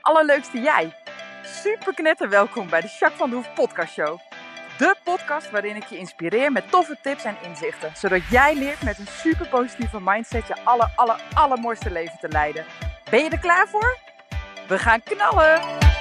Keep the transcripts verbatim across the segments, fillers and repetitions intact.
allerleukste jij. Super knetter welkom bij de Jacques van de Hoef podcast show. De podcast waarin ik je inspireer met toffe tips en inzichten. Zodat jij leert met een super positieve mindset je aller, aller, allermooiste leven te leiden. Ben je er klaar voor? We gaan knallen!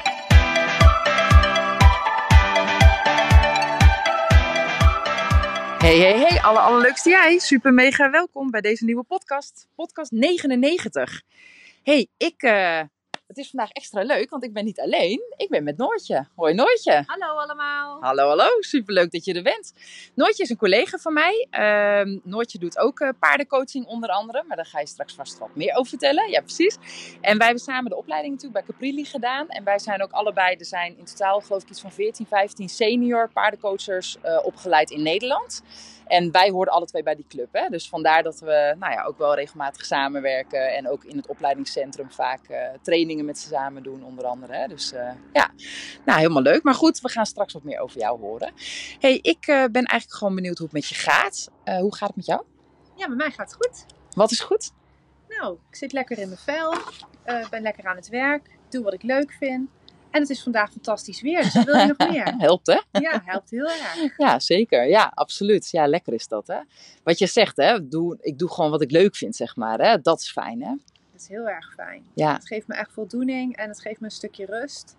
Hey, hey, hey, alle allerleukste jij. Super mega welkom bij deze nieuwe podcast. Podcast negenennegentig. Hey, ik... Uh... Het is vandaag extra leuk, want ik ben niet alleen. Ik ben met Noortje. Hoi Noortje. Hallo allemaal. Hallo, hallo. Superleuk dat je er bent. Noortje is een collega van mij. Uh, Noortje doet ook uh, paardencoaching onder andere. Maar daar ga je straks vast wat meer over vertellen. Ja, precies. En wij hebben samen de opleiding natuurlijk bij Caprilli gedaan. En wij zijn ook allebei, er zijn in totaal geloof ik iets van veertien, vijftien senior paardencoachers uh, opgeleid in Nederland. En wij hoorden alle twee bij die club. Hè? Dus vandaar dat we nou ja, ook wel regelmatig samenwerken. En ook in het opleidingscentrum vaak uh, trainingen met ze samen doen onder andere. Hè? Dus uh, ja, nou helemaal leuk. Maar goed, we gaan straks wat meer over jou horen. Hey, ik uh, ben eigenlijk gewoon benieuwd hoe het met je gaat. Uh, hoe gaat het met jou? Ja, met mij gaat het goed. Wat is goed? Nou, ik zit lekker in mijn vel. Uh, ben lekker aan het werk. Doe wat ik leuk vind. En het is vandaag fantastisch weer, dus wat wil je nog meer? Helpt, hè? Ja, helpt heel erg. Ja, zeker. Ja, absoluut. Ja, lekker is dat, hè? Wat je zegt, hè? Doe, ik doe gewoon wat ik leuk vind, zeg maar, hè? Dat is fijn, hè? Dat is heel erg fijn. Ja. Het geeft me echt voldoening en het geeft me een stukje rust.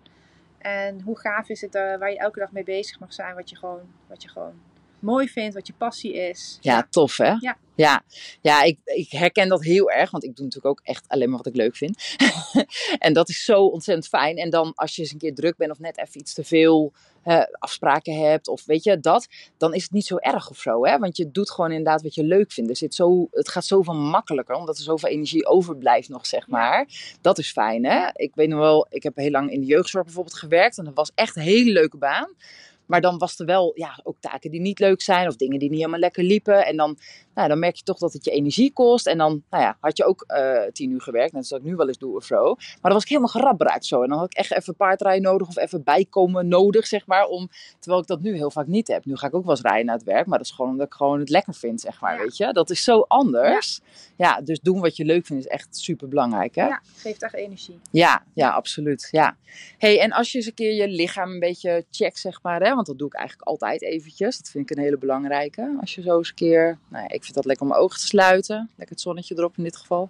En hoe gaaf is het uh, waar je elke dag mee bezig mag zijn, wat je gewoon, wat je gewoon mooi vindt, wat je passie is. Ja, tof, hè? Ja. Ja, ja ik, ik herken dat heel erg, want ik doe natuurlijk ook echt alleen maar wat ik leuk vind. En dat is zo ontzettend fijn. En dan als je eens een keer druk bent of net even iets te veel uh, afspraken hebt of weet je dat, dan is het niet zo erg of zo, hè? Want je doet gewoon inderdaad wat je leuk vindt. Er zit zo, het gaat zoveel makkelijker, omdat er zoveel energie overblijft nog, zeg maar. Dat is fijn, hè? Ik weet nog wel, ik heb heel lang in de jeugdzorg bijvoorbeeld gewerkt en dat was echt een hele leuke baan. Maar dan was er wel ja, ook taken die niet leuk zijn of dingen die niet helemaal lekker liepen. En dan, nou, dan merk je toch dat het je energie kost. En dan nou ja, had je ook uh, tien uur gewerkt, net zoals ik nu wel eens doe of zo. Maar dan was ik helemaal gerabraakt zo. En dan had ik echt even paardrijden nodig of even bijkomen nodig, zeg maar. Om, terwijl ik dat nu heel vaak niet heb. Nu ga ik ook wel eens rijden naar het werk, maar dat is gewoon omdat ik gewoon het lekker vind, zeg maar. Ja. Weet je? Dat is zo anders. Ja. ja, dus doen wat je leuk vindt is echt super belangrijk, hè? Ja, geeft echt energie. Ja, ja, absoluut. Ja. Hey, en als je eens een keer je lichaam een beetje checkt, zeg maar, hè? Want dat doe ik eigenlijk altijd eventjes. Dat vind ik een hele belangrijke. Als je zo eens een keer, nou ja, ik vind dat lekker om mijn ogen te sluiten. Lekker het zonnetje erop in dit geval.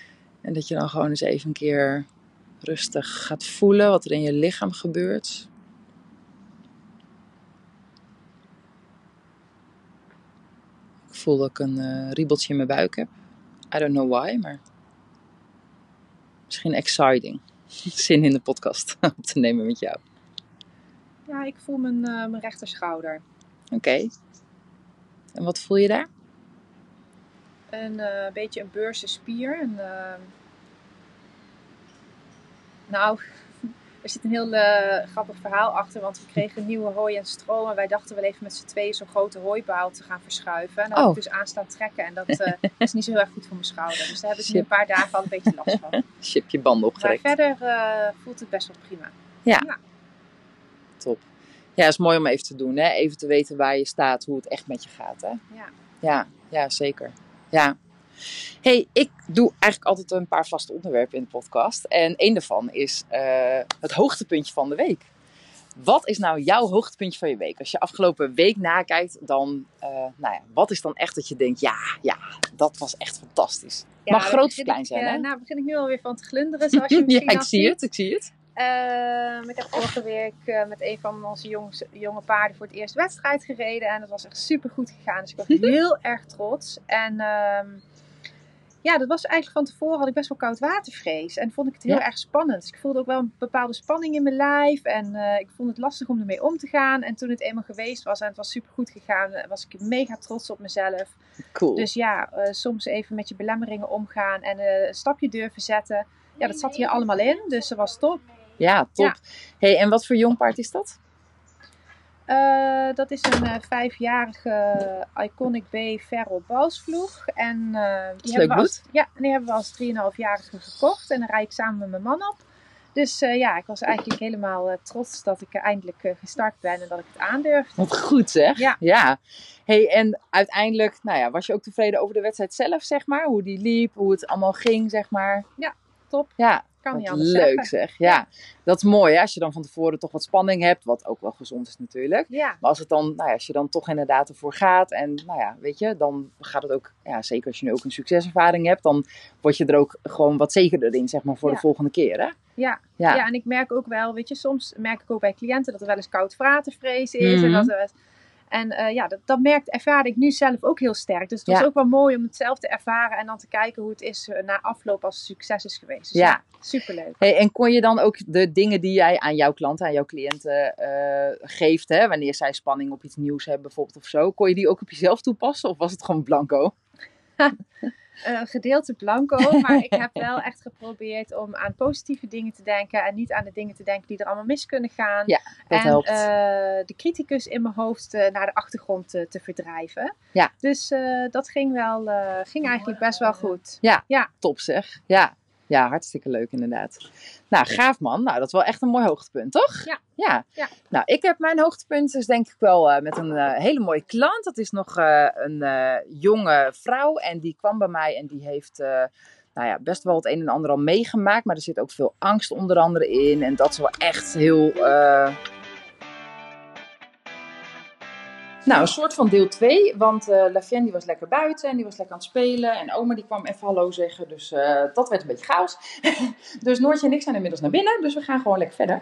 En dat je dan gewoon eens even een keer rustig gaat voelen wat er in je lichaam gebeurt. Ik voel dat ik een uh, riebeltje in mijn buik heb. I don't know why, maar misschien exciting. Zin in de podcast op te nemen met jou. Ja, ik voel mijn, uh, mijn rechterschouder. Oké. Okay. En wat voel je daar? Een uh, beetje een beurzenspier. Een, uh... Nou, er zit een heel uh, grappig verhaal achter. Want we kregen nieuwe hooi en stro. En wij dachten wel even met z'n tweeën zo'n grote hooibaal te gaan verschuiven. En daar oh. heb ik dus aan staan trekken. En dat uh, is niet zo heel erg goed voor mijn schouder. Dus daar heb ik nu een paar dagen al een beetje last van. Dus je hebt je banden opgerekt. Maar verder uh, voelt het best wel prima. Ja. ja. Top. Ja, het is mooi om even te doen, hè? Even te weten waar je staat, hoe het echt met je gaat, hè? Ja. Ja, ja, zeker. Ja. Hey, ik doe eigenlijk altijd een paar vaste onderwerpen in de podcast. En één daarvan is uh, het hoogtepuntje van de week. Wat is nou jouw hoogtepuntje van je week? Als je afgelopen week nakijkt, dan, uh, nou ja, wat is dan echt dat je denkt, ja, ja, dat was echt fantastisch. Ja, mag groot of klein ik, zijn, uh, hè? Nou, begin ik nu alweer van te glunderen, zoals je misschien ja, ik zie het, ik zie het. Uh, ik heb vorige week uh, met een van onze jongs, jonge paarden voor het eerst wedstrijd gereden. En dat was echt super goed gegaan. Dus ik was heel erg trots. En uh, ja, dat was eigenlijk van tevoren had ik best wel koud watervrees. En vond ik het heel ja. erg spannend. Dus ik voelde ook wel een bepaalde spanning in mijn lijf. En uh, ik vond het lastig om ermee om te gaan. En toen het eenmaal geweest was en het was super goed gegaan, was ik mega trots op mezelf. Cool. Dus ja, uh, soms even met je belemmeringen omgaan en uh, een stapje durven zetten. Ja, dat zat hier allemaal in. Dus dat was top. Ja, top. Ja. Hey, en wat voor jong paard is dat? Uh, dat is een uh, vijfjarige Iconic B Feral Balsvloeg. En uh, die, hebben we als, ja, die hebben we als drieënhalfjarige gekocht. En daar rijd ik samen met mijn man op. Dus uh, ja, ik was eigenlijk helemaal uh, trots dat ik uh, eindelijk uh, gestart ben en dat ik het aandurfde. Wat goed zeg. Ja. ja. Hey, en uiteindelijk, nou ja, was je ook tevreden over de wedstrijd zelf, zeg maar? Hoe die liep, hoe het allemaal ging, zeg maar? Ja, top. Ja. Ik kan Wat niet anders leuk zeggen. zeg, ja. Dat is mooi hè, als je dan van tevoren toch wat spanning hebt, wat ook wel gezond is natuurlijk. Ja. Maar als, het dan, nou ja, als je dan toch inderdaad ervoor gaat en nou ja, weet je, dan gaat het ook, ja, zeker als je nu ook een succeservaring hebt, dan word je er ook gewoon wat zekerder in, zeg maar, voor Ja. de volgende keer hè. Ja. Ja. ja, en ik merk ook wel, weet je, soms merk ik ook bij cliënten dat er wel eens koud vatenvrees is. Mhm. En, dat er, en uh, ja, dat, dat merkt, ervaar ik nu zelf ook heel sterk. Dus het was Ja. ook wel mooi om het zelf te ervaren en dan te kijken hoe het is uh, na afloop als het succes is geweest. Dus Ja. ja, superleuk. Hey, en kon je dan ook de dingen die jij aan jouw klanten, aan jouw cliënten uh, geeft, hè, wanneer zij spanning op iets nieuws hebben bijvoorbeeld of zo, kon je die ook op jezelf toepassen of was het gewoon blanco? Uh, gedeelte blanco, maar ik heb wel echt geprobeerd om aan positieve dingen te denken en niet aan de dingen te denken die er allemaal mis kunnen gaan. Ja, dat en helpt. Uh, de criticus in mijn hoofd uh, naar de achtergrond uh, te verdrijven. Ja. Dus uh, dat ging, wel, uh, ging eigenlijk best wel goed. Ja, ja. Top zeg. Ja. Ja, hartstikke leuk inderdaad. Nou, gaaf man. Nou, dat is wel echt een mooi hoogtepunt, toch? Ja. Ja. ja. Nou, ik heb mijn hoogtepunt dus denk ik wel uh, met een uh, hele mooie klant. Dat is nog uh, een uh, jonge vrouw en die kwam bij mij en die heeft... Uh, nou ja, best wel het een en ander al meegemaakt, maar er zit ook veel angst onder andere in. En dat is wel echt heel... Uh... Nou, een soort van deel twee, want uh, Lavienne die was lekker buiten en die was lekker aan het spelen. En oma die kwam even hallo zeggen, dus uh, dat werd een beetje chaos. Dus Noortje en ik zijn inmiddels naar binnen, dus we gaan gewoon lekker verder.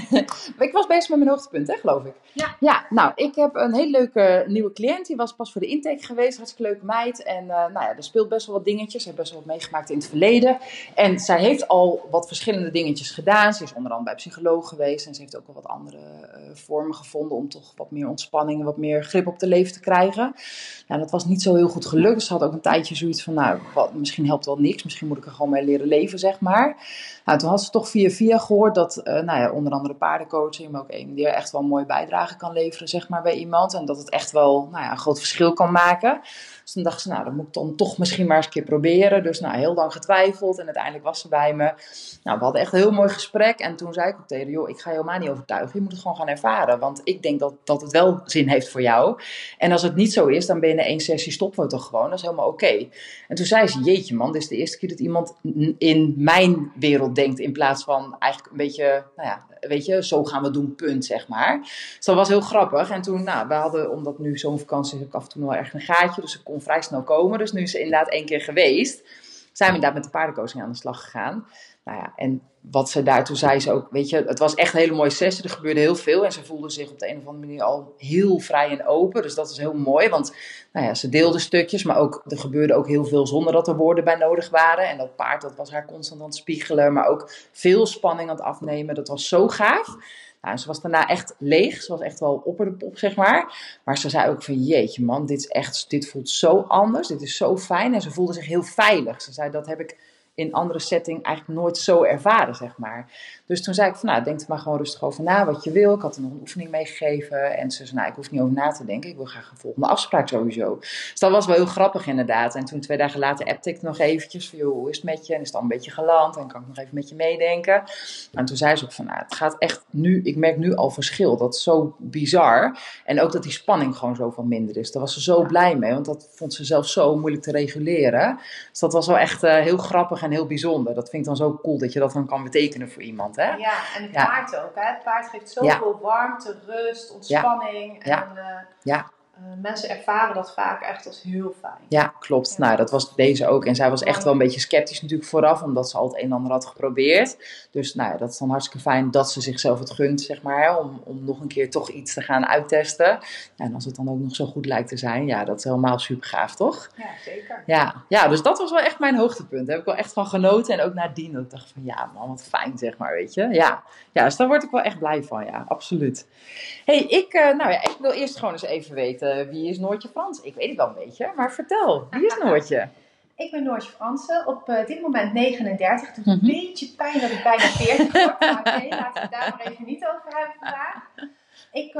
Ik was bezig met mijn hoogtepunt, hè, geloof ik. Ja. Ja, nou, ik heb een hele leuke nieuwe cliënt, die was pas voor de intake geweest, hartstikke leuke meid. En uh, nou ja, er speelt best wel wat dingetjes, ze heeft best wel wat meegemaakt in het verleden. En zij heeft al wat verschillende dingetjes gedaan. Ze is onder andere bij psycholoog geweest en ze heeft ook al wat andere uh, vormen gevonden om toch wat meer ontspanning en wat meer grip op te leven te krijgen. Ja, dat was niet zo heel goed gelukt. Ze had ook een tijdje zoiets van, nou, wat, misschien helpt wel niks. Misschien moet ik er gewoon mee leren leven, zeg maar. Nou, toen had ze toch via via gehoord dat, uh, nou ja, onder andere paardencoaching, maar ook een die er echt wel een mooie bijdrage kan leveren, zeg maar, bij iemand. En dat het echt wel, nou ja, een groot verschil kan maken. Dus toen dacht ze, nou, dat moet ik dan toch misschien maar eens een keer proberen. Dus, nou, heel lang getwijfeld en uiteindelijk was ze bij me. Nou, we hadden echt een heel mooi gesprek. En toen zei ik ook tegen haar, joh, ik ga je helemaal niet overtuigen. Je moet het gewoon gaan ervaren. Want ik denk dat, dat het wel zin heeft voor jou. En als het niet zo is, dan ben je na één sessie stoppen we toch gewoon. Dat is helemaal oké. Okay. En toen zei ze, jeetje man, dit is de eerste keer dat iemand in mijn wereld denkt. In plaats van eigenlijk een beetje, nou ja, weet je, zo gaan we doen, punt, zeg maar. Dus dat was heel grappig. En toen, nou, we hadden, omdat nu zo'n vakantie is, heb ik af en toe wel echt een gaatje. Dus ik kon vrij snel komen. Dus nu is ze inderdaad één keer geweest. Zijn we inderdaad met de paardencoaching aan de slag gegaan. Nou ja, en wat ze daartoe zei ze ook, weet je, het was echt een hele mooie sessie. Er gebeurde heel veel en ze voelde zich op de een of andere manier al heel vrij en open. Dus dat is heel mooi, want nou ja, ze deelde stukjes, maar ook, er gebeurde ook heel veel zonder dat er woorden bij nodig waren. En dat paard, dat was haar constant aan het spiegelen, maar ook veel spanning aan het afnemen. Dat was zo gaaf. Nou, ze was daarna echt leeg. Ze was echt wel opper de pop, zeg maar. Maar ze zei ook van, jeetje man, dit is echt, dit voelt zo anders. Dit is zo fijn. En ze voelde zich heel veilig. Ze zei, dat heb ik in andere setting eigenlijk nooit zo ervaren, zeg maar. Dus toen zei ik van, nou, denk er maar gewoon rustig over na wat je wil. Ik had er nog een oefening meegegeven. En ze zei, nou, ik hoef niet over na te denken. Ik wil graag een volgende afspraak sowieso. Dus dat was wel heel grappig inderdaad. En toen twee dagen later appte ik nog eventjes van, joh, hoe is het met je? En is het al een beetje geland? En kan ik nog even met je meedenken? En toen zei ze ook van, nou, het gaat echt nu, ik merk nu al verschil. Dat is zo bizar. En ook dat die spanning gewoon zoveel minder is. Daar was ze zo blij mee, want dat vond ze zelf zo moeilijk te reguleren. Dus dat was wel echt uh, heel grappig en heel bijzonder. Dat vind ik dan zo cool dat je dat dan kan betekenen voor iemand, hè? Ja, en het ja. paard ook, hè? Het paard geeft zoveel ja. warmte, rust, ontspanning. Ja. En uh, ja. uh, mensen ervaren dat vaak echt als heel fijn. Ja, klopt. Ja. Nou, dat was deze ook. En zij was echt wel een beetje sceptisch natuurlijk vooraf, omdat ze al het een en ander had geprobeerd. Dus nou ja, dat is dan hartstikke fijn dat ze zichzelf het gunt, zeg maar, om, om nog een keer toch iets te gaan uittesten. Ja, en als het dan ook nog zo goed lijkt te zijn, ja, dat is helemaal super gaaf, toch? Ja, zeker. Ja, ja, dus dat was wel echt mijn hoogtepunt. Daar heb ik wel echt van genoten. En ook nadien dat ik dacht van, ja man, wat fijn, zeg maar, weet je. Ja, ja, dus daar word ik wel echt blij van, ja, absoluut. Hé, hey, ik, uh, nou ja, ik wil eerst gewoon eens even weten, wie is Noortje Frans? Ik weet het wel een beetje, maar vertel, wie is Noortje? Ik ben Noortje Fransen, op uh, dit moment negenendertig. Het doet een mm-hmm. beetje pijn dat ik bijna veertig word. Maar oké, okay, laten we het daar maar even niet over hebben vandaag. Ik uh,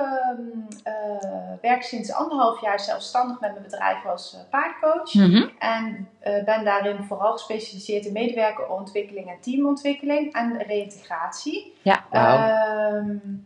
uh, werk sinds anderhalf jaar zelfstandig met mijn bedrijf als uh, paardcoach. Mm-hmm. En uh, ben daarin vooral gespecialiseerd in medewerkerontwikkeling en teamontwikkeling en reïntegratie. Ja, wow. Uh,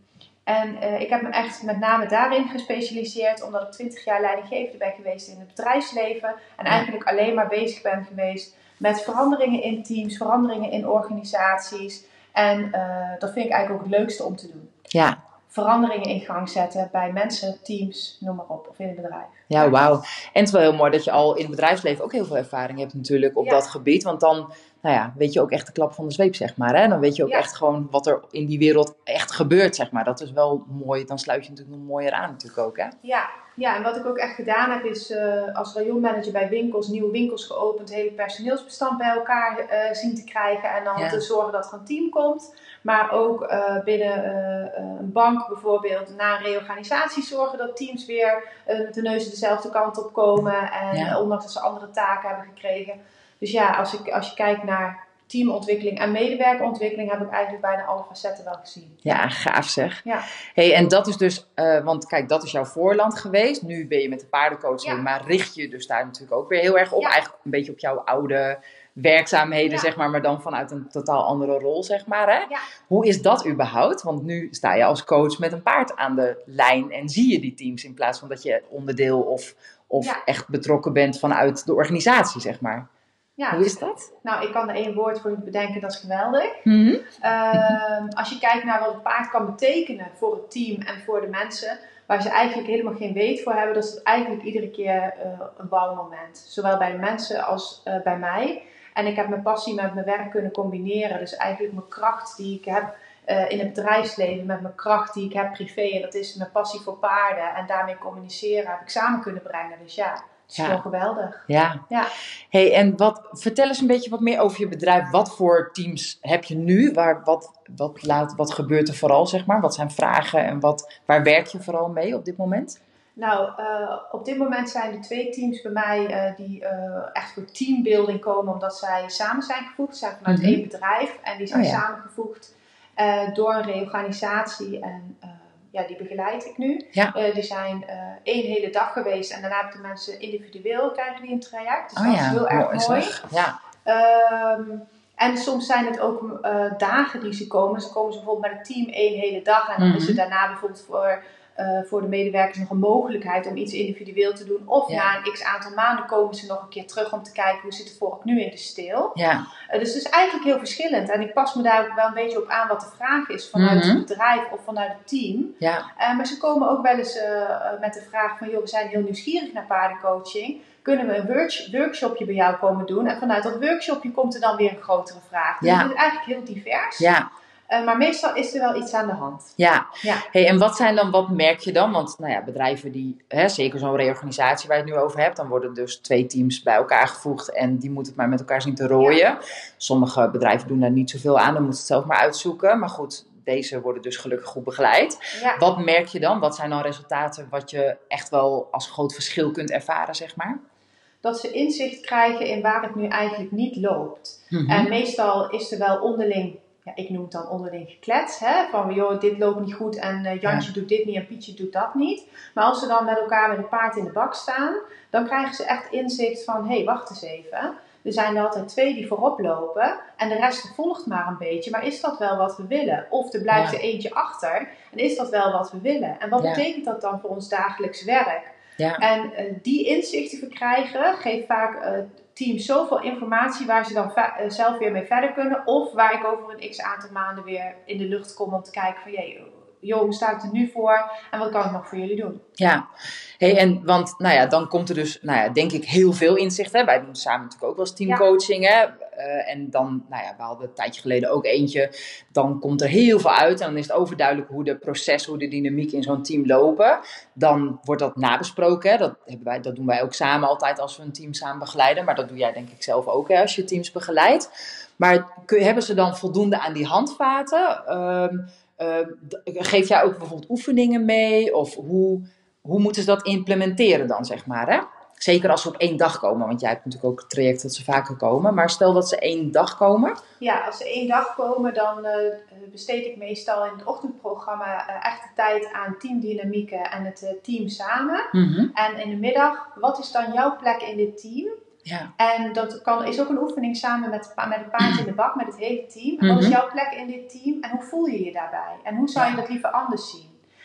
En uh, ik heb me echt met name daarin gespecialiseerd, omdat ik twintig jaar leidinggevende ben geweest in het bedrijfsleven. En eigenlijk alleen maar bezig ben geweest met veranderingen in teams, veranderingen in organisaties. En uh, dat vind ik eigenlijk ook het leukste om te doen. Ja. Veranderingen in gang zetten bij mensen, teams, noem maar op, of in het bedrijf. Ja, wauw. En het is wel heel mooi dat je al in het bedrijfsleven ook heel veel ervaring hebt natuurlijk op ja. dat gebied. Want dan nou ja, weet je ook echt de klap van de zweep, zeg maar. Hè? Dan weet je ook ja. echt gewoon wat er in die wereld echt gebeurt, zeg maar. Dat is wel mooi. Dan sluit je natuurlijk nog mooier aan natuurlijk ook, hè? Ja, ja, en wat ik ook echt gedaan heb is uh, als rayonmanager bij winkels, nieuwe winkels geopend, het hele personeelsbestand bij elkaar uh, zien te krijgen. En dan ja. te zorgen dat er een team komt. Maar ook uh, binnen uh, een bank bijvoorbeeld na een reorganisatie zorgen dat teams weer uh, met de neus dezelfde kant op komen. En ja. ondanks dat ze andere taken hebben gekregen. Dus ja, als, ik, als je kijkt naar teamontwikkeling en medewerkerontwikkeling heb ik eigenlijk bijna alle facetten wel gezien. Ja, gaaf zeg. Ja. Hey, en dat is dus, uh, want kijk, dat is jouw voorland geweest. Nu ben je met de paardencoaching, ja. maar richt je dus daar natuurlijk ook weer heel erg op. Ja. Eigenlijk een beetje op jouw oude werkzaamheden, ja. zeg maar, maar dan vanuit een totaal andere rol, zeg maar. Hè? Ja. Hoe is dat überhaupt? Want nu sta je als coach met een paard aan de lijn en zie je die teams in plaats van dat je onderdeel of, of ja. echt betrokken bent vanuit de organisatie, zeg maar. Ja, hoe is dat? Nou, ik kan er één woord voor bedenken, dat is geweldig. Mm-hmm. Uh, als je kijkt naar wat een paard kan betekenen voor het team en voor de mensen, waar ze eigenlijk helemaal geen weet voor hebben, dat is het eigenlijk iedere keer uh, een bouwmoment. Zowel bij de mensen als uh, bij mij. En ik heb mijn passie met mijn werk kunnen combineren. Dus eigenlijk mijn kracht die ik heb uh, in het bedrijfsleven met mijn kracht die ik heb privé. En dat is mijn passie voor paarden en daarmee communiceren heb ik samen kunnen brengen. Dus ja, het is ja. gewoon geweldig. Ja. ja. Hey, en wat, vertel eens een beetje wat meer over je bedrijf. Wat voor teams heb je nu? Waar, wat, wat, laat, wat gebeurt er vooral, zeg maar? Wat zijn vragen en wat, waar werk je vooral mee op dit moment? Nou, uh, op dit moment zijn er twee teams bij mij uh, die uh, echt voor teambuilding komen, omdat zij samen zijn gevoegd. Ze zijn vanuit mm-hmm. één bedrijf en die zijn oh, ja. samengevoegd uh, door een reorganisatie en uh, ja, die begeleid ik nu. Ja. Uh, die zijn uh, één hele dag geweest en daarna heb ik de mensen individueel krijgen die een traject. Dus oh, dat ja. is heel erg mooi. mooi. Ja. Um, en soms zijn het ook uh, dagen die ze komen. Ze komen ze bijvoorbeeld met het team één hele dag en dan mm-hmm. is er daarna bijvoorbeeld voor... Uh, voor de medewerkers nog een mogelijkheid om iets individueel te doen. Of ja. na een x aantal maanden komen ze nog een keer terug om te kijken hoe zit het volk nu in de steel. Ja. Uh, dus het is eigenlijk heel verschillend. En ik pas me daar ook wel een beetje op aan wat de vraag is vanuit mm-hmm. het bedrijf of vanuit het team. Ja. Uh, maar ze komen ook wel eens uh, uh, met de vraag van joh, we zijn heel nieuwsgierig naar paardencoaching. Kunnen we een work- workshopje bij jou komen doen? En vanuit dat workshopje komt er dan weer een grotere vraag. Dus ja. het is eigenlijk heel divers. Ja. Uh, maar meestal is er wel iets aan de hand. Ja, ja. Hey, en wat zijn dan, wat merk je dan? Want nou ja, bedrijven die, hè, zeker zo'n reorganisatie waar je het nu over hebt, dan worden dus twee teams bij elkaar gevoegd en die moeten het maar met elkaar zien te rooien. Ja. Sommige bedrijven doen daar niet zoveel aan, dan moeten ze het zelf maar uitzoeken. Maar goed, deze worden dus gelukkig goed begeleid. Ja. Wat merk je dan? Wat zijn dan resultaten wat je echt wel als groot verschil kunt ervaren, zeg maar? Dat ze inzicht krijgen in waar het nu eigenlijk niet loopt. Mm-hmm. En meestal is er wel onderling, ja, ik noem het dan onderling geklets, hè, van joh, dit loopt niet goed en uh, Jantje ja. doet dit niet en Pietje doet dat niet. Maar als ze dan met elkaar met een paard in de bak staan, dan krijgen ze echt inzicht van, hé, hey, wacht eens even. Er zijn er altijd twee die voorop lopen en de rest volgt maar een beetje. Maar is dat wel wat we willen? Of er blijft ja. er eentje achter en is dat wel wat we willen? En wat ja. betekent dat dan voor ons dagelijks werk? Ja. En uh, die inzichten verkrijgen geeft vaak uh, teams zoveel informatie waar ze dan va- uh, zelf weer mee verder kunnen. Of waar ik over een x aantal maanden weer in de lucht kom om te kijken van jee, joh, hoe sta ik er nu voor en wat kan ik nog voor jullie doen? Ja, hey, en want nou ja, dan komt er dus, nou ja, denk ik heel veel inzicht. Hè? Wij doen samen natuurlijk ook wel eens teamcoaching. Ja. Hè? Uh, en dan, nou ja, we hadden een tijdje geleden ook eentje. Dan komt er heel veel uit en dan is het overduidelijk hoe de proces, hoe de dynamiek in zo'n team lopen. Dan wordt dat nabesproken. Hè? Dat, hebben wij, dat doen wij ook samen altijd als we een team samen begeleiden. Maar dat doe jij denk ik zelf ook hè, als je teams begeleidt. Maar kun, hebben ze dan voldoende aan die handvaten? Um, Uh, geef jij ook bijvoorbeeld oefeningen mee? Of hoe, hoe moeten ze dat implementeren dan, zeg maar? Hè? Zeker als ze op één dag komen. Want jij hebt natuurlijk ook het traject dat ze vaker komen. Maar stel dat ze één dag komen. Ja, als ze één dag komen, dan uh, besteed ik meestal in het ochtendprogramma uh, echt de tijd aan teamdynamieken en het uh, team samen. Mm-hmm. En in de middag, wat is dan jouw plek in dit team? Ja. En dat kan, is ook een oefening samen met, met het paard in de bak, met het hele team. En Mm-hmm. wat is jouw plek in dit team en hoe voel je je daarbij? En hoe zou je dat liever anders zien?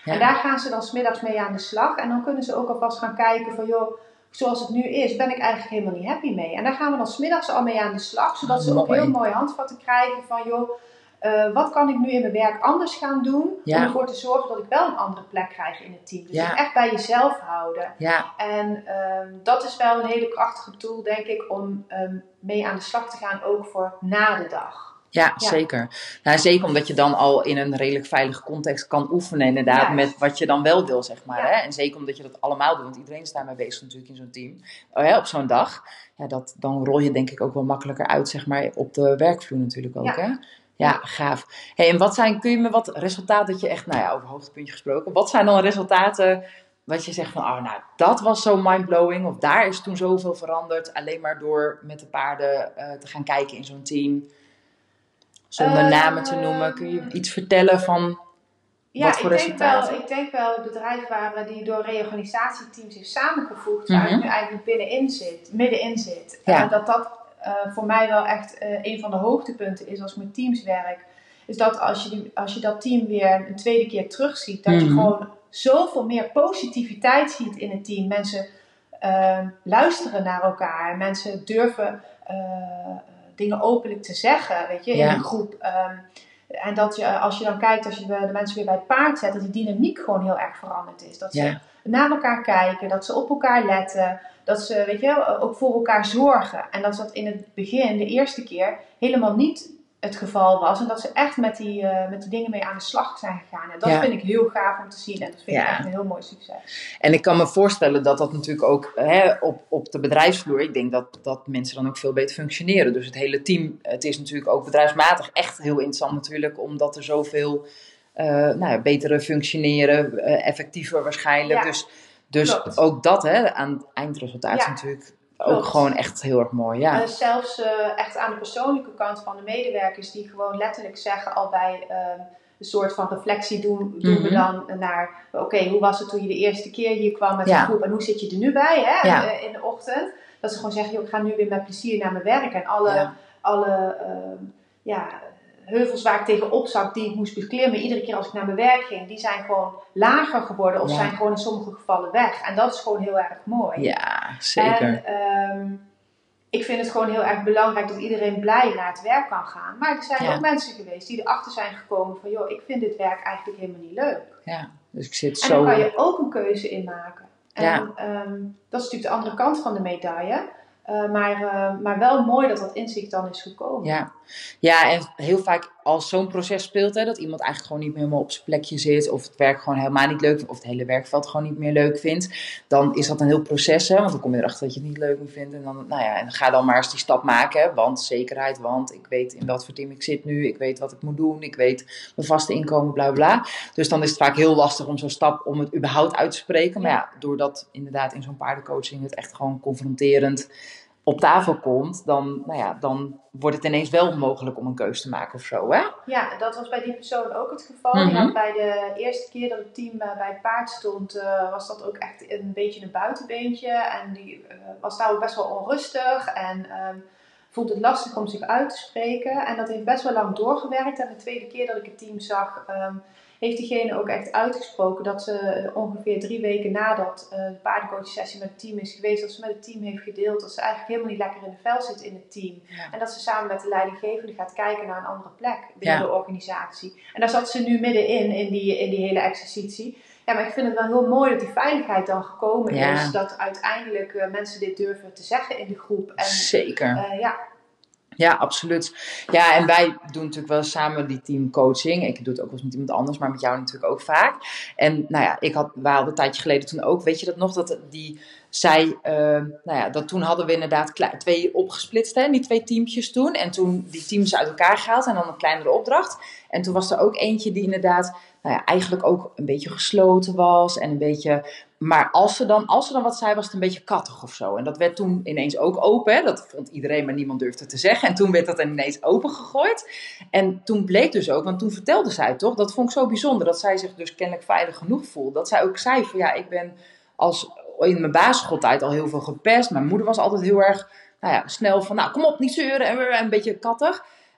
Ja. En daar gaan ze dan 's middags mee aan de slag. En dan kunnen ze ook alvast gaan kijken van, joh, zoals het nu is, ben ik eigenlijk helemaal niet happy mee. En daar gaan we dan 's middags al mee aan de slag. Zodat ze ook heel mooi handvatten krijgen van, joh, uh, wat kan ik nu in mijn werk anders gaan doen? Ja. Om ervoor te zorgen dat ik wel een andere plek krijg in het team. Dus ja. echt bij jezelf houden. Ja. En um, dat is wel een hele krachtige tool, denk ik, om um, mee aan de slag te gaan, ook voor na de dag. Ja, ja, zeker. Nou, zeker omdat je dan al in een redelijk veilige context kan oefenen inderdaad. Ja. Met wat je dan wel wil, zeg maar. Ja. Hè? En zeker omdat je dat allemaal doet. Want iedereen is daarmee bezig natuurlijk in zo'n team. Oh, hè, op zo'n dag. Ja, dat, dan rol je denk ik ook wel makkelijker uit, zeg maar, op de werkvloer natuurlijk ook. Ja, hè? Ja, gaaf. Hey, en wat zijn, kun je me wat resultaten dat je echt, nou ja, over hoogtepuntje gesproken. Wat zijn dan resultaten wat je zegt van, oh nou, dat was zo mindblowing. Of daar is toen zoveel veranderd. Alleen maar door met de paarden uh, te gaan kijken in zo'n team. Zonder uh, namen te noemen, kun je iets vertellen van ja, wat voor ik resultaten? Denk wel, ik denk wel bedrijven waren die door reorganisatieteams heeft samengevoegd, waar mm-hmm. ik nu eigenlijk binnenin zit, middenin zit. Ja. Uh, dat dat uh, voor mij wel echt uh, een van de hoogtepunten is als ik met teams werk. Is dat als je, die, als je dat team weer een tweede keer terugziet, dat mm-hmm. je gewoon zoveel meer positiviteit ziet in het team. Mensen uh, luisteren naar elkaar, mensen durven Uh, dingen openlijk te zeggen, weet je, ja. in een groep. Um, en dat je, als je dan kijkt, als je de mensen weer bij het paard zet, dat die dynamiek gewoon heel erg veranderd is. Dat ze ja. naar elkaar kijken, dat ze op elkaar letten, dat ze, weet je, ook voor elkaar zorgen. En dat dat in het begin, de eerste keer, helemaal niet het geval was. En dat ze echt met die, uh, met die dingen mee aan de slag zijn gegaan. En dat ja. vind ik heel gaaf om te zien. En dat vind ja. ik echt een heel mooi succes. En ik kan me voorstellen dat dat natuurlijk ook hè, op, op de bedrijfsvloer, ik denk dat, dat mensen dan ook veel beter functioneren. Dus het hele team, het is natuurlijk ook bedrijfsmatig echt heel interessant natuurlijk, omdat er zoveel uh, nou ja, betere functioneren, uh, effectiever waarschijnlijk. Ja. Dus, dus ook dat hè, aan het eindresultaat ja. is natuurlijk ook Klopt. Gewoon echt heel erg mooi, ja. Uh, zelfs uh, echt aan de persoonlijke kant van de medewerkers die gewoon letterlijk zeggen al bij uh, een soort van reflectie doen, doen mm-hmm. we dan naar, oké, okay, hoe was het toen je de eerste keer hier kwam met ja. de groep en hoe zit je er nu bij hè, ja. uh, in de ochtend? Dat ze gewoon zeggen, joh, ik ga nu weer met plezier naar mijn werk en alle, ja. alle uh, ja, heuvels waar ik tegenop zat, die ik moest beklimmen, iedere keer als ik naar mijn werk ging, die zijn gewoon lager geworden of ja. zijn gewoon in sommige gevallen weg. En dat is gewoon heel erg mooi. Ja, zeker. En um, ik vind het gewoon heel erg belangrijk dat iedereen blij naar het werk kan gaan. Maar er zijn ja. ook mensen geweest die erachter zijn gekomen van, joh, ik vind dit werk eigenlijk helemaal niet leuk. Ja, dus ik zit en zo... En dan kan je ook een keuze in maken. En ja. um, dat is natuurlijk de andere kant van de medaille. Uh, maar, uh, maar wel mooi dat dat inzicht dan is gekomen. Ja, ja en heel vaak als zo'n proces speelt, hè, dat iemand eigenlijk gewoon niet meer helemaal op zijn plekje zit, of het werk gewoon helemaal niet leuk vindt, of het hele werkveld gewoon niet meer leuk vindt, dan is dat een heel proces, hè, want dan kom je erachter dat je het niet leuk meer vindt. En dan, nou ja, en ga dan maar eens die stap maken, hè, want zekerheid, want ik weet in wat voor team ik zit nu, ik weet wat ik moet doen, ik weet mijn vaste inkomen, bla bla. Dus dan is het vaak heel lastig om zo'n stap, om het überhaupt uit te spreken. Maar ja, doordat inderdaad in zo'n paardencoaching het echt gewoon confronterend op tafel komt, dan, nou ja, dan wordt het ineens wel mogelijk om een keuze te maken of zo, hè? Ja, dat was bij die persoon ook het geval. Mm-hmm. Die had bij de eerste keer dat het team uh, bij het paard stond, uh, was dat ook echt een beetje een buitenbeentje. En die uh, was daar ook best wel onrustig en um, vond het lastig om zich uit te spreken. En dat heeft best wel lang doorgewerkt. En de tweede keer dat ik het team zag, um, heeft diegene ook echt uitgesproken dat ze ongeveer drie weken nadat uh, de paardencoachsessie met het team is geweest, dat ze met het team heeft gedeeld dat ze eigenlijk helemaal niet lekker in de vel zit in het team. Ja. En dat ze samen met de leidinggevende gaat kijken naar een andere plek binnen ja. de organisatie. En daar zat ze nu middenin, in die, in die hele exercitie. Ja, maar ik vind het wel heel mooi dat die veiligheid dan gekomen ja. is, dat uiteindelijk uh, mensen dit durven te zeggen in de groep. En, Zeker. Uh, ja. Ja, absoluut. Ja, en wij doen natuurlijk wel samen die teamcoaching. Ik doe het ook wel eens met iemand anders, maar met jou natuurlijk ook vaak. En nou ja, ik had, wij hadden een tijdje geleden toen ook, weet je dat nog, dat die zij, uh, nou ja, dat toen hadden we inderdaad kle- twee opgesplitst, hè, die twee teampjes toen. En toen die teams uit elkaar gehaald en dan een kleinere opdracht. En toen was er ook eentje die inderdaad, nou ja, eigenlijk ook een beetje gesloten was en een beetje, maar als ze dan, als ze dan wat zei, was het een beetje kattig of zo. En dat werd toen ineens ook open, hè? Dat vond iedereen, maar niemand durfde te zeggen. En toen werd dat ineens opengegooid. En toen bleek dus ook, want toen vertelde zij toch, dat vond ik zo bijzonder, dat zij zich dus kennelijk veilig genoeg voelde. Dat zij ook zei van ja, ik ben als in mijn basisschooltijd al heel veel gepest. Mijn moeder was altijd heel erg, nou ja, snel van, nou kom op, niet zeuren en een beetje kattig.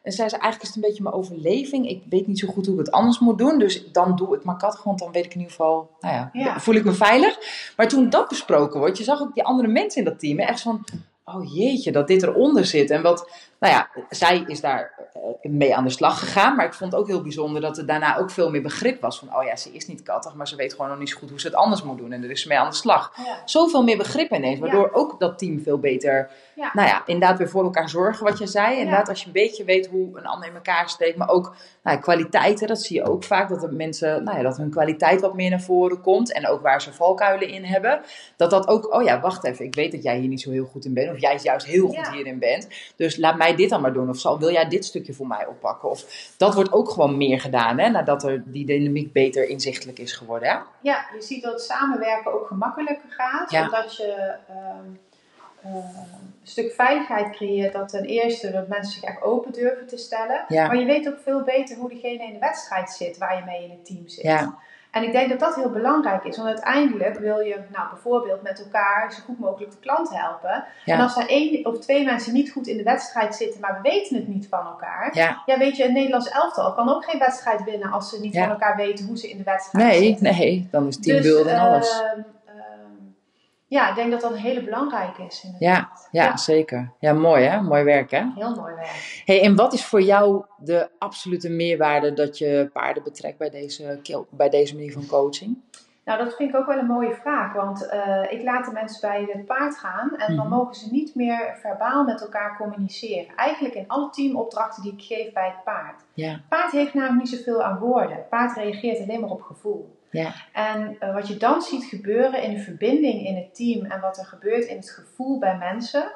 En zei ze, eigenlijk is het een beetje mijn overleving. Ik weet niet zo goed hoe ik het anders moet doen. Dus dan doe ik maar kattig, want dan weet ik in ieder geval, nou ja, Ja. voel ik me veilig. Maar toen dat besproken wordt, je zag ook die andere mensen in dat team. Echt van, oh jeetje, dat dit eronder zit. En wat, nou ja, zij is daar uh, mee aan de slag gegaan. Maar ik vond het ook heel bijzonder dat er daarna ook veel meer begrip was. Van, oh ja, ze is niet kattig, maar ze weet gewoon nog niet zo goed hoe ze het anders moet doen. En er is ze mee aan de slag. Ja. Zoveel meer begrip ineens, waardoor Ja. ook dat team veel beter, Ja. nou ja, inderdaad weer voor elkaar zorgen, wat je zei. Inderdaad, als je een beetje weet hoe een ander in elkaar steekt. Maar ook, nou ja, kwaliteiten, dat zie je ook vaak. Dat de mensen, nou ja, dat hun kwaliteit wat meer naar voren komt. En ook waar ze valkuilen in hebben. Dat dat ook, oh ja, wacht even, ik weet dat jij hier niet zo heel goed in bent. Of jij juist heel goed Ja. hierin bent. Dus laat mij dit dan maar doen. Of zal, wil jij dit stukje voor mij oppakken? Of dat wordt ook gewoon meer gedaan, hè, nadat er die dynamiek beter inzichtelijk is geworden. Hè? Ja, je ziet dat het samenwerken ook gemakkelijker gaat. Ja. Omdat je ehm, ehm, een stuk veiligheid creëert. Dat ten eerste dat mensen zich echt open durven te stellen. Ja. Maar je weet ook veel beter hoe degene in de wedstrijd zit waar je mee in het team zit. Ja. En ik denk dat dat heel belangrijk is. Want uiteindelijk wil je nou, bijvoorbeeld met elkaar zo goed mogelijk de klant helpen. Ja. En als er één of twee mensen niet goed in de wedstrijd zitten, maar we weten het niet van elkaar. Ja. Ja, weet je, een Nederlands elftal kan ook geen wedstrijd winnen als ze niet Ja. van elkaar weten hoe ze in de wedstrijd Nee, zitten. nee, dan is teambuilding en alles. Dus, ehm, ehm, ja, ik denk dat dat een hele belangrijke is. Ja, inderdaad. ja, Ja. zeker. Ja, mooi hè? Mooi werk hè? Heel mooi werk. Hey, en wat is voor jou de absolute meerwaarde dat je paarden betrekt bij deze, bij deze manier van coaching? Nou, dat vind ik ook wel een mooie vraag. Want uh, ik laat de mensen bij het paard gaan. En dan Mhm. mogen ze niet meer verbaal met elkaar communiceren. Eigenlijk in alle teamopdrachten die ik geef bij het paard. Ja, Het paard heeft namelijk niet zoveel aan woorden. Het paard reageert alleen maar op gevoel. ja, En uh, wat je dan ziet gebeuren in de verbinding in het team. En wat er gebeurt in het gevoel bij mensen.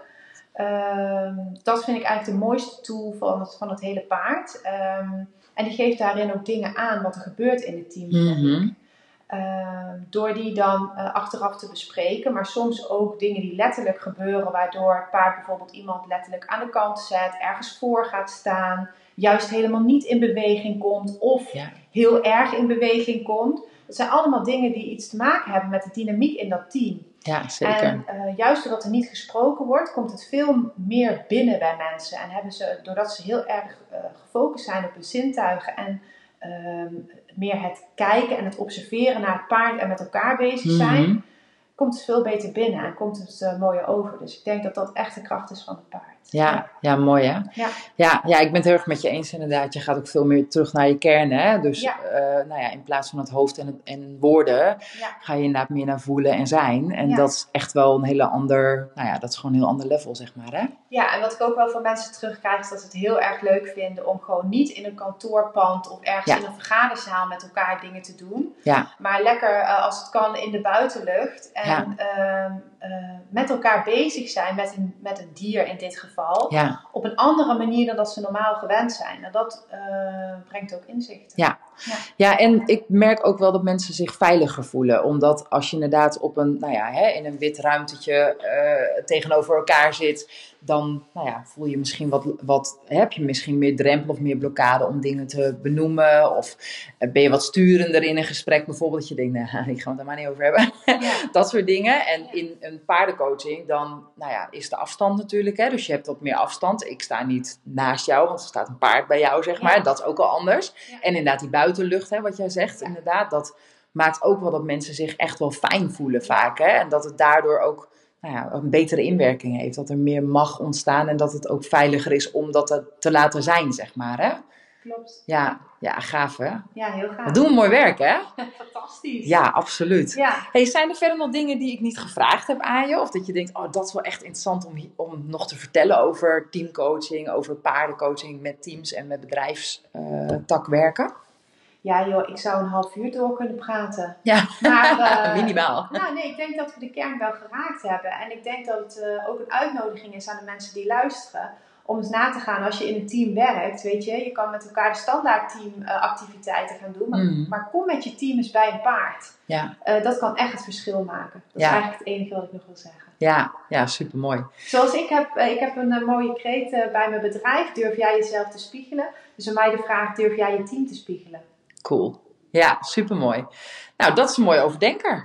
Uh, dat vind ik eigenlijk de mooiste tool van het, van het hele paard. Um, en die geeft daarin ook dingen aan wat er gebeurt in het team. Mhm. Uh, door die dan uh, achteraf te bespreken, maar soms ook dingen die letterlijk gebeuren, waardoor het paard bijvoorbeeld iemand letterlijk aan de kant zet, ergens voor gaat staan, juist helemaal niet in beweging komt of Ja. heel erg in beweging komt. Dat zijn allemaal dingen die iets te maken hebben met de dynamiek in dat team. Ja, zeker. En uh, juist doordat er niet gesproken wordt, komt het veel meer binnen bij mensen. En hebben ze, doordat ze heel erg uh, gefocust zijn op hun zintuigen en um, meer het kijken en het observeren naar het paard en met elkaar bezig zijn, Mhm. komt het veel beter binnen en komt het uh, mooier over. Dus ik denk dat dat echt de kracht is van het paard. Ja, Ja. ja, mooi hè? Ja. Ja, ja, ik ben het heel erg met je eens inderdaad. Je gaat ook veel meer terug naar je kern hè. Dus Ja. uh, nou ja, in plaats van het hoofd en, het, en woorden Ja. ga je inderdaad meer naar voelen en zijn. En Ja. dat is echt wel een hele ander, nou ja, dat is gewoon een heel ander level zeg maar hè. Ja, en wat ik ook wel van mensen terugkrijg is dat ze het heel erg leuk vinden om gewoon niet in een kantoorpand of ergens Ja. in een vergaderzaal met elkaar dingen te doen. Ja, Maar lekker uh, als het kan in de buitenlucht en uh, uh, met elkaar bezig zijn met een, met een dier in dit geval. ja. Op een andere manier dan dat ze normaal gewend zijn. En dat uh, brengt ook inzicht. Ja. Ja. Ja, en ik merk ook wel dat mensen zich veiliger voelen. Omdat als je inderdaad op een, nou ja, hè, in een wit ruimtetje uh, tegenover elkaar zit, dan nou ja, voel je misschien wat, wat, heb je misschien meer drempel of meer blokkade om dingen te benoemen. Of uh, ben je wat sturender in een gesprek bijvoorbeeld. Dat je denkt, nou, die gaan we het er maar niet over hebben. Ja. Dat soort dingen. En in een paardencoaching, dan nou ja, is de afstand natuurlijk. Hè? Dus je hebt wat meer afstand. Ik sta niet naast jou, want er staat een paard bij jou, zeg maar. Ja. Dat is ook al anders. Ja. En inderdaad die buitenlucht, hè, wat jij zegt, Ja. inderdaad, dat maakt ook wel dat mensen zich echt wel fijn voelen vaak. Hè? En dat het daardoor ook nou ja, een betere inwerking heeft. Dat er meer mag ontstaan en dat het ook veiliger is om dat te laten zijn, zeg maar. Hè? Klopt. Ja, ja, gaaf hè? Ja, heel gaaf. We doen mooi werk hè? Fantastisch. Ja, absoluut. Ja. Hey, zijn er verder nog dingen die ik niet gevraagd heb aan je? Of dat je denkt, oh, dat is wel echt interessant om, om nog te vertellen over teamcoaching, over paardencoaching met teams en met bedrijfstak uh, werken? Ja joh, ik zou een half uur door kunnen praten. Ja, maar, uh, minimaal. Nou nee, ik denk dat we de kern wel geraakt hebben. En ik denk dat het uh, ook een uitnodiging is aan de mensen die luisteren. Om eens na te gaan als je in een team werkt, weet je. Je kan met elkaar de standaard teamactiviteiten uh, gaan doen. Maar, mm. maar kom met je team eens bij een paard. Ja. Uh, dat kan echt het verschil maken. Dat ja. is eigenlijk het enige wat ik nog wil zeggen. Ja, ja, supermooi. Zoals ik heb, uh, ik heb een uh, mooie kreet uh, bij mijn bedrijf. Durf jij jezelf te spiegelen? Dus aan mij de vraag, durf jij je team te spiegelen? Cool. Ja, supermooi. Nou, dat is een mooie overdenker.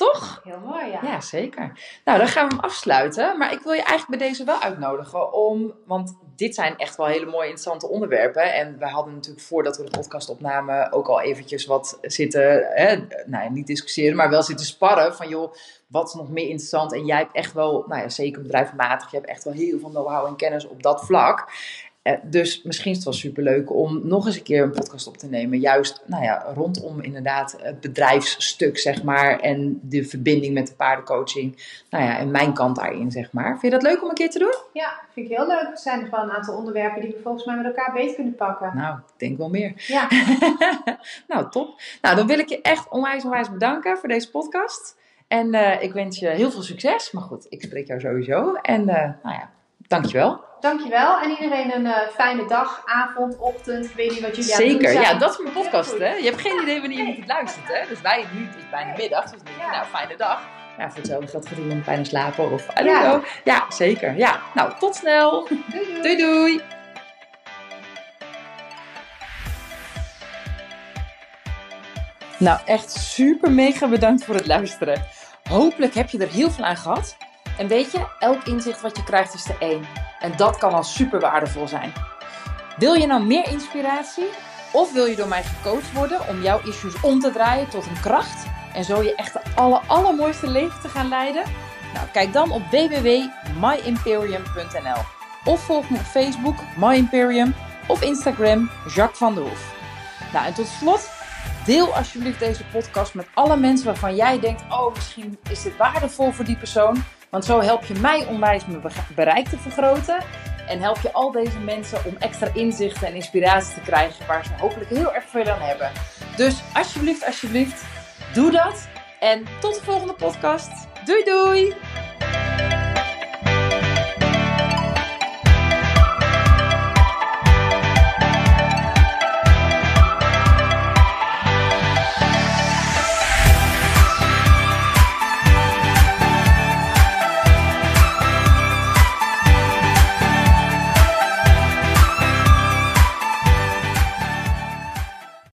Toch? Heel mooi, ja. Ja, zeker. Nou, dan gaan we hem afsluiten. Maar ik wil je eigenlijk bij deze wel uitnodigen om... Want dit zijn echt wel hele mooie, interessante onderwerpen. En we hadden natuurlijk voordat we de podcast opnamen ook al eventjes wat zitten... Hè, nou ja, niet discussiëren, maar wel zitten sparren van joh... Wat is nog meer interessant? En jij hebt echt wel, nou ja, zeker bedrijfsmatig, je hebt echt wel heel veel know-how en kennis op dat vlak. Uh, dus misschien is het wel superleuk om nog eens een keer een podcast op te nemen. Juist, nou ja, rondom inderdaad het bedrijfsstuk, zeg maar. En de verbinding met de paardencoaching. Nou ja, en mijn kant daarin, zeg maar. Vind je dat leuk om een keer te doen? Ja, vind ik heel leuk. Er zijn nog wel een aantal onderwerpen die we volgens mij met elkaar beter kunnen pakken. Nou, ik denk wel meer. Ja. Nou, top. Nou, dan wil ik je echt onwijs, onwijs bedanken voor deze podcast. En uh, ik wens je heel veel succes. Maar goed, ik spreek jou sowieso. En uh, nou ja, dankjewel. Dankjewel. En iedereen een uh, fijne dag, avond, ochtend. Ik weet niet wat jullie Zeker. aan het doen zijn. Ja, dat is mijn podcast, hè. Je hebt geen idee wanneer je het luistert, hè. Dus wij, nu het is bijna middag. Dus denk je, nou, fijne dag. Ja, voor hetzelfde geld gaat iemand bijna slapen. Of, I don't Ja. know. Ja, zeker. Ja, nou, tot snel. Doei, doei. Doei, doei. Nou, echt super mega bedankt voor het luisteren. Hopelijk heb je er heel veel aan gehad. En weet je, elk inzicht wat je krijgt is er één. En dat kan al super waardevol zijn. Wil je nou meer inspiratie? Of wil je door mij gecoacht worden om jouw issues om te draaien tot een kracht? En zo je echt de aller, allermooiste leven te gaan leiden? Nou, kijk dan op w w w punt my imperium punt n l. Of volg me op Facebook, My Imperium. Of Instagram, Jacques van der Hoef. Nou, en tot slot... Deel alsjeblieft deze podcast met alle mensen waarvan jij denkt... oh, misschien is dit waardevol voor die persoon. Want zo help je mij onwijs mijn bereik te vergroten. En help je al deze mensen om extra inzichten en inspiratie te krijgen... waar ze hopelijk heel erg veel aan hebben. Dus alsjeblieft, alsjeblieft, doe dat. En tot de volgende podcast. Doei doei!